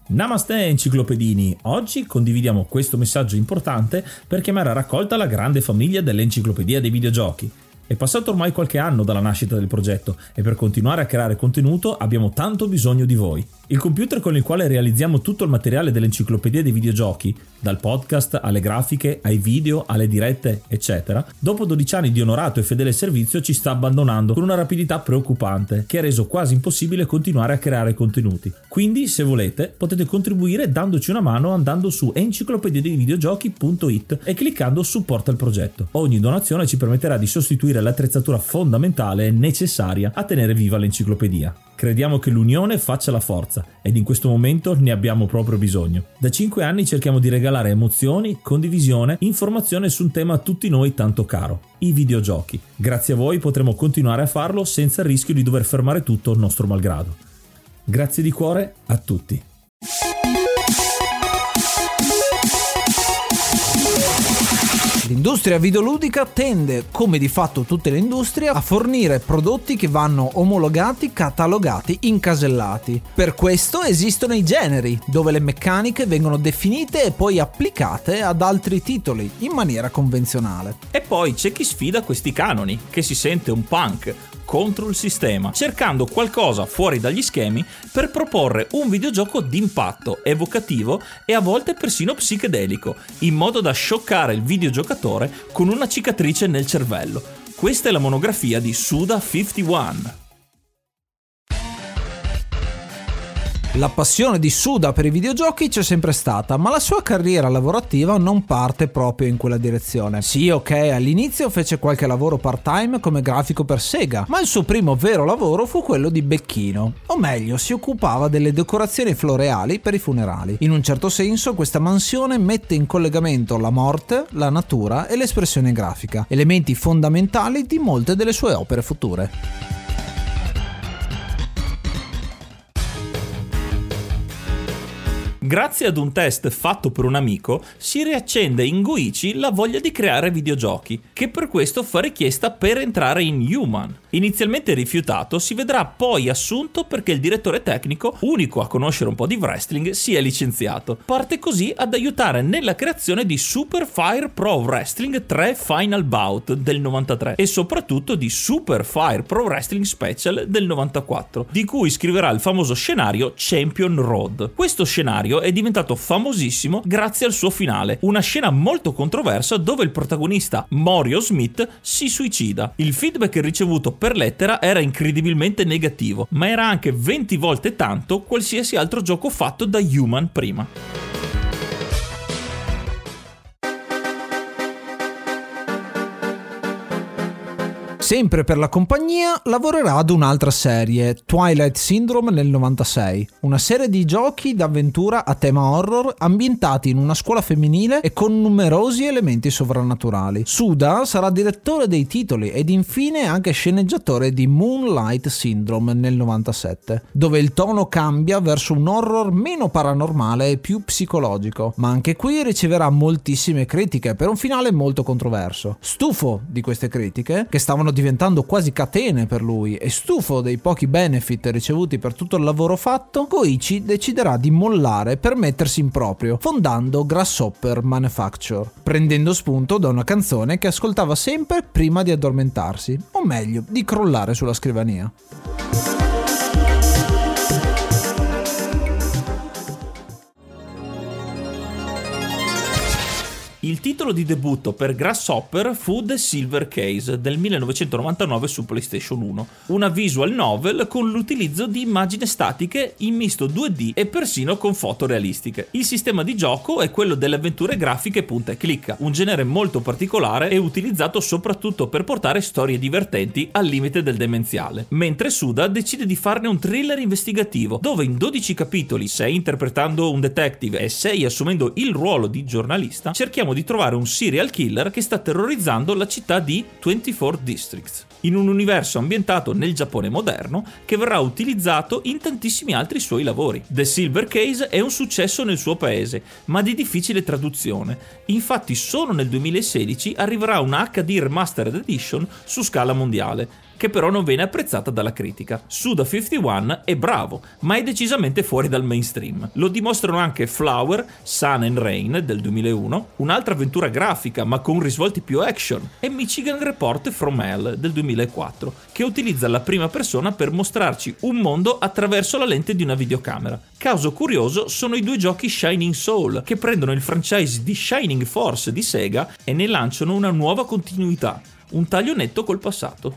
Namaste enciclopedini, oggi condividiamo questo messaggio importante per chiamare a raccolta la grande famiglia dell'Enciclopedia dei Videogiochi. È passato ormai qualche anno dalla nascita del progetto e per continuare a creare contenuto abbiamo tanto bisogno di voi. Il computer con il quale realizziamo tutto il materiale dell'Enciclopedia dei Videogiochi, dal podcast alle grafiche, ai video, alle dirette, eccetera, dopo 12 anni di onorato e fedele servizio ci sta abbandonando con una rapidità preoccupante che ha reso quasi impossibile continuare a creare contenuti. Quindi, se volete, potete contribuire dandoci una mano andando su enciclopediadeivideogiochi.it e cliccando supporta il progetto. Ogni donazione ci permetterà di sostituire l'attrezzatura fondamentale e necessaria a tenere viva l'enciclopedia. Crediamo che l'unione faccia la forza ed in questo momento ne abbiamo proprio bisogno. Da 5 anni cerchiamo di regalare emozioni, condivisione, informazione su un tema a tutti noi tanto caro, i videogiochi. Grazie a voi potremo continuare a farlo senza il rischio di dover fermare tutto nostro malgrado. Grazie di cuore a tutti. L'industria videoludica tende, come di fatto tutte le industrie, a fornire prodotti che vanno omologati, catalogati, incasellati. Per questo esistono i generi, dove le meccaniche vengono definite e poi applicate ad altri titoli, in maniera convenzionale. E poi c'è chi sfida questi canoni, che si sente un punk contro il sistema, cercando qualcosa fuori dagli schemi per proporre un videogioco d'impatto, evocativo e a volte persino psichedelico, in modo da scioccare il videogiocatore con una cicatrice nel cervello. Questa è la monografia di Suda51. La passione di Suda per i videogiochi c'è sempre stata, ma la sua carriera lavorativa non parte proprio in quella direzione. Sì, ok, all'inizio fece qualche lavoro part-time come grafico per Sega, ma il suo primo vero lavoro fu quello di becchino, o meglio, si occupava delle decorazioni floreali per i funerali. In un certo senso, questa mansione mette in collegamento la morte, la natura e l'espressione grafica, elementi fondamentali di molte delle sue opere future. Grazie ad un test fatto per un amico, si riaccende in Goichi la voglia di creare videogiochi, che per questo fa richiesta per entrare in Human. Inizialmente rifiutato, si vedrà poi assunto perché il direttore tecnico, unico a conoscere un po' di wrestling, si è licenziato. Parte così ad aiutare nella creazione di Super Fire Pro Wrestling 3 Final Bout del 93 e soprattutto di Super Fire Pro Wrestling Special del 94, di cui scriverà il famoso scenario Champion Road. Questo scenario è diventato famosissimo grazie al suo finale, una scena molto controversa dove il protagonista Morio Smith si suicida. Il feedback ricevuto per lettera era incredibilmente negativo, ma era anche 20 volte tanto qualsiasi altro gioco fatto da Human prima. Sempre per la compagnia lavorerà ad un'altra serie, Twilight Syndrome nel 96, una serie di giochi d'avventura a tema horror ambientati in una scuola femminile e con numerosi elementi sovrannaturali. Suda sarà direttore dei titoli ed infine anche sceneggiatore di Moonlight Syndrome nel 97, dove il tono cambia verso un horror meno paranormale e più psicologico, ma anche qui riceverà moltissime critiche per un finale molto controverso. Stufo di queste critiche, che stavano diventando quasi catene per lui, e stufo dei pochi benefit ricevuti per tutto il lavoro fatto, Goichi deciderà di mollare per mettersi in proprio, fondando Grasshopper Manufacture, prendendo spunto da una canzone che ascoltava sempre prima di addormentarsi, o meglio, di crollare sulla scrivania. Il titolo di debutto per Grasshopper fu The Silver Case del 1999 su PlayStation 1, una visual novel con l'utilizzo di immagini statiche in misto 2D e persino con foto realistiche. Il sistema di gioco è quello delle avventure grafiche punta e clicca, un genere molto particolare e utilizzato soprattutto per portare storie divertenti al limite del demenziale, mentre Suda decide di farne un thriller investigativo, dove in 12 capitoli, 6 interpretando un detective e 6 assumendo il ruolo di giornalista, cerchiamo di trovare un serial killer che sta terrorizzando la città di 24 Districts, in un universo ambientato nel Giappone moderno che verrà utilizzato in tantissimi altri suoi lavori. The Silver Case è un successo nel suo paese, ma di difficile traduzione. Infatti solo nel 2016 arriverà una HD Remastered Edition su scala mondiale. che però non viene apprezzata dalla critica. Suda51 è bravo, ma è decisamente fuori dal mainstream. Lo dimostrano anche Flower, Sun and Rain del 2001, un'altra avventura grafica ma con risvolti più action, e Michigan Report from Hell del 2004, che utilizza la prima persona per mostrarci un mondo attraverso la lente di una videocamera. Caso curioso sono i due giochi Shining Soul, che prendono il franchise di Shining Force di Sega e ne lanciano una nuova continuità, un taglio netto col passato.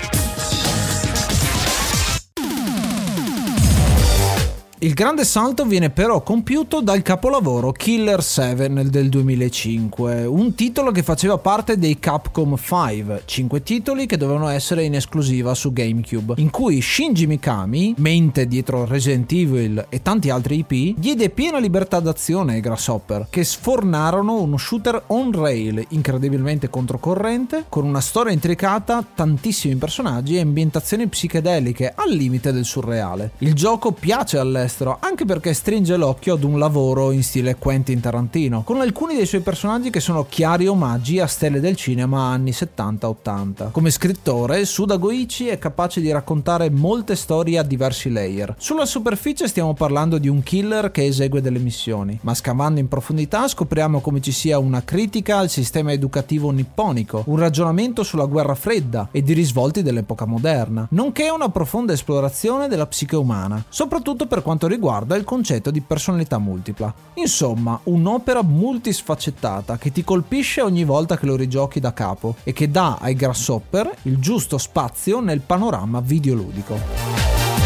Il grande salto viene però compiuto dal capolavoro Killer 7 del 2005, un titolo che faceva parte dei Capcom 5 titoli che dovevano essere in esclusiva su GameCube, in cui Shinji Mikami, mente dietro Resident Evil e tanti altri IP, diede piena libertà d'azione ai Grasshopper, che sfornarono uno shooter on-rail incredibilmente controcorrente, con una storia intricata, tantissimi personaggi e ambientazioni psichedeliche al limite del surreale. Il gioco piace all'estero, anche perché stringe l'occhio ad un lavoro in stile Quentin Tarantino, con alcuni dei suoi personaggi che sono chiari omaggi a stelle del cinema anni 70-80. Come scrittore, Suda Goichi è capace di raccontare molte storie a diversi layer. Sulla superficie stiamo parlando di un killer che esegue delle missioni, ma scavando in profondità scopriamo come ci sia una critica al sistema educativo nipponico, un ragionamento sulla guerra fredda e di risvolti dell'epoca moderna, nonché una profonda esplorazione della psiche umana, soprattutto per quanto riguarda il concetto di personalità multipla. Insomma, un'opera multisfaccettata che ti colpisce ogni volta che lo rigiochi da capo e che dà ai Grasshopper il giusto spazio nel panorama videoludico.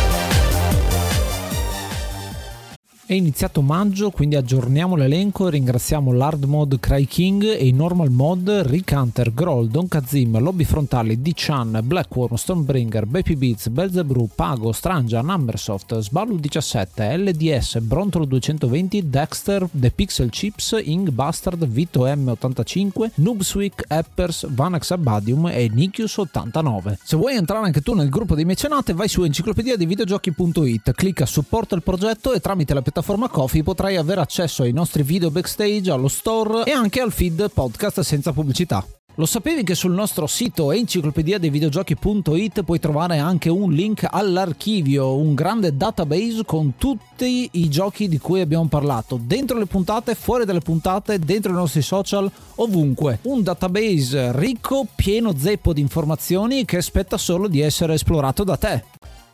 È iniziato maggio, quindi aggiorniamo l'elenco e ringraziamo l'Hard Mod Cry King e i Normal Mod Rick Hunter, Groll, Don Kazim, Lobby Frontali, D-Chan, Blackworm, Stonebringer, Baby Beats, Belzebrew, Pago, Strangia, Numbersoft, Sballu 17, LDS, Brontolo 220, Dexter, The Pixel Chips, Ing Bastard, Vito M85, Noobswick, Eppers, Vanax Abadium e Nikius 89. Se vuoi entrare anche tu nel gruppo dei mecenate, vai su enciclopedia dei videogiochi.it, clicca supporta il progetto e tramite la piattaforma Ko-fi potrai avere accesso ai nostri video backstage, allo store e anche al feed podcast senza pubblicità. Lo sapevi che sul nostro sito enciclopedia dei videogiochi.it puoi trovare anche un link all'archivio, un grande database con tutti i giochi di cui abbiamo parlato, dentro le puntate, fuori dalle puntate, dentro i nostri social, ovunque. Un database ricco, pieno zeppo di informazioni che aspetta solo di essere esplorato da te.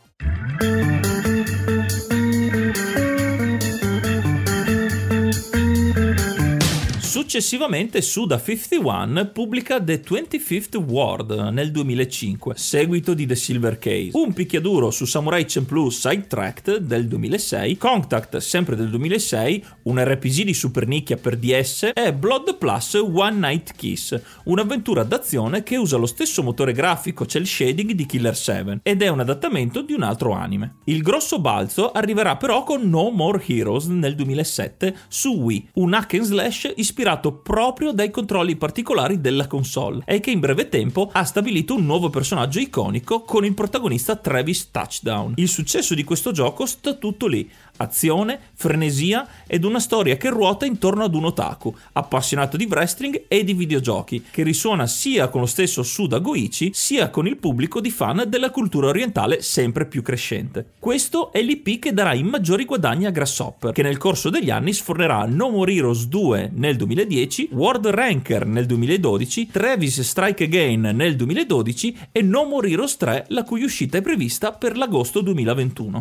Successivamente Suda51 pubblica The 25th Ward nel 2005, seguito di The Silver Case, un picchiaduro su Samurai Champloo Sidetracked del 2006, Contact sempre del 2006, un RPG di super nicchia per DS e Blood Plus One Night Kiss, un'avventura d'azione che usa lo stesso motore grafico cel shading di Killer 7 ed è un adattamento di un altro anime. Il grosso balzo arriverà però con No More Heroes nel 2007 su Wii, un hack and slash ispirato proprio dai controlli particolari della console e che in breve tempo ha stabilito un nuovo personaggio iconico con il protagonista Travis Touchdown. Il successo di questo gioco sta tutto lì: azione, frenesia ed una storia che ruota intorno ad un otaku appassionato di wrestling e di videogiochi, che risuona sia con lo stesso Suda Goichi sia con il pubblico di fan della cultura orientale sempre più crescente. Questo è l'IP che darà i maggiori guadagni a Grasshopper, che nel corso degli anni sfornerà No More Heroes 2 nel 2010, World Ranker nel 2012, Travis Strike Again nel 2012 e No More Heroes 3, la cui uscita è prevista per l'agosto 2021.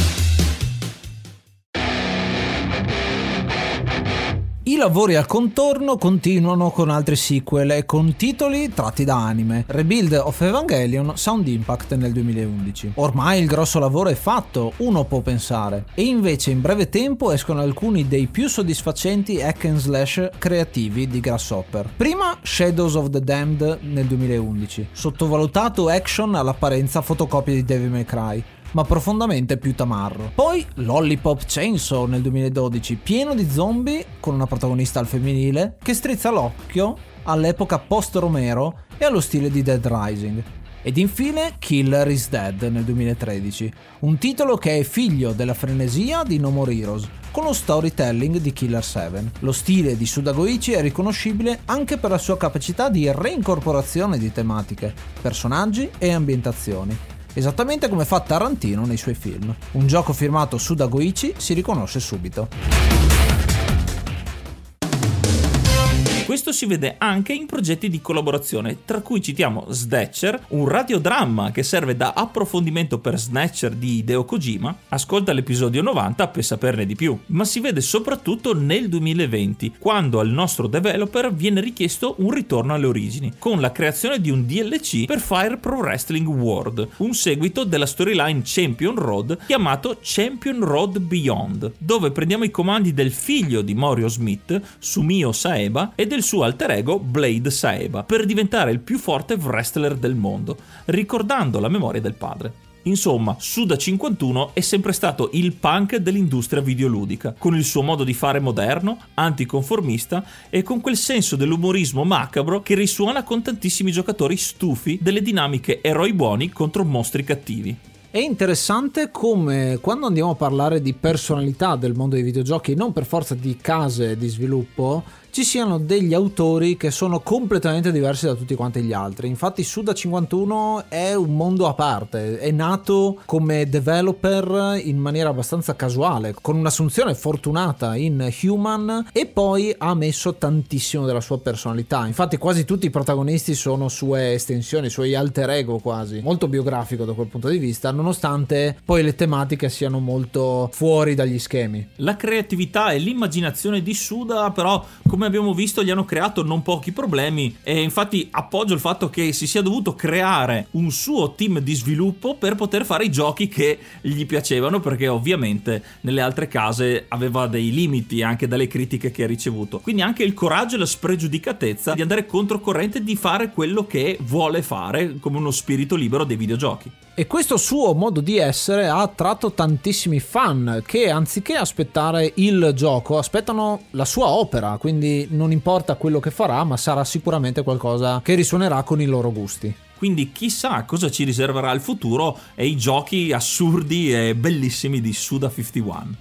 I lavori al contorno continuano con altri sequel e con titoli tratti da anime. Rebuild of Evangelion, Sound Impact nel 2011. Ormai il grosso lavoro è fatto, uno può pensare, e invece in breve tempo escono alcuni dei più soddisfacenti hack and slash creativi di Grasshopper. Prima Shadows of the Damned nel 2011, sottovalutato action all'apparenza fotocopia di Devil May Cry, ma profondamente più tamarro. Poi Lollipop Chainsaw nel 2012, pieno di zombie con una protagonista al femminile che strizza l'occhio all'epoca post Romero e allo stile di Dead Rising. Ed infine Killer is Dead nel 2013, un titolo che è figlio della frenesia di No More Heroes, con lo storytelling di Killer 7. Lo stile di Suda Goichi è riconoscibile anche per la sua capacità di reincorporazione di tematiche, personaggi e ambientazioni, esattamente come fa Tarantino nei suoi film. Un gioco firmato Suda Goichi si riconosce subito. Questo si vede anche in progetti di collaborazione, tra cui citiamo Snatcher, un radiodramma che serve da approfondimento per Snatcher di Hideo Kojima. Ascolta l'episodio 90 per saperne di più. Ma si vede soprattutto nel 2020, quando al nostro developer viene richiesto un ritorno alle origini, con la creazione di un DLC per Fire Pro Wrestling World, un seguito della storyline Champion Road chiamato Champion Road Beyond, dove prendiamo i comandi del figlio di Morio Smith, Sumio Saeba, e del suo alter ego Blade Saeba, per diventare il più forte wrestler del mondo, ricordando la memoria del padre. Insomma, Suda 51 è sempre stato il punk dell'industria videoludica, con il suo modo di fare moderno, anticonformista e con quel senso dell'umorismo macabro che risuona con tantissimi giocatori stufi delle dinamiche eroi buoni contro mostri cattivi. È interessante come quando andiamo a parlare di personalità del mondo dei videogiochi, non per forza di case di sviluppo, ci siano degli autori che sono completamente diversi da tutti quanti gli altri. Infatti Suda 51 è un mondo a parte, è nato come developer in maniera abbastanza casuale, con un'assunzione fortunata in Human, e poi ha messo tantissimo della sua personalità. Infatti quasi tutti i protagonisti sono sue estensioni, suoi alter ego quasi, molto biografico da quel punto di vista, nonostante poi le tematiche siano molto fuori dagli schemi. La creatività e l'immaginazione di Suda però, come abbiamo visto, gli hanno creato non pochi problemi, e infatti appoggio il fatto che si sia dovuto creare un suo team di sviluppo per poter fare i giochi che gli piacevano, perché ovviamente nelle altre case aveva dei limiti anche dalle critiche che ha ricevuto. Quindi anche il coraggio e la spregiudicatezza di andare controcorrente, di fare quello che vuole fare come uno spirito libero dei videogiochi. E questo suo modo di essere ha attratto tantissimi fan che, anziché aspettare il gioco, aspettano la sua opera, quindi non importa quello che farà, ma sarà sicuramente qualcosa che risuonerà con i loro gusti. Quindi chissà cosa ci riserverà il futuro e i giochi assurdi e bellissimi di Suda 51.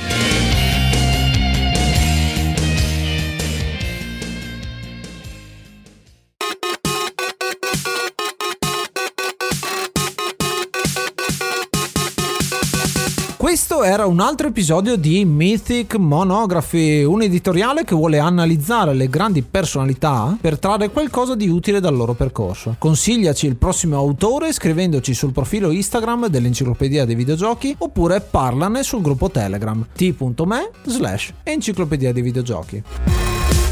Questo era un altro episodio di Mythic Monography, un editoriale che vuole analizzare le grandi personalità per trarre qualcosa di utile dal loro percorso. Consigliaci il prossimo autore scrivendoci sul profilo Instagram dell'Enciclopedia dei Videogiochi, oppure parlane sul gruppo Telegram t.me/Enciclopedia dei Videogiochi.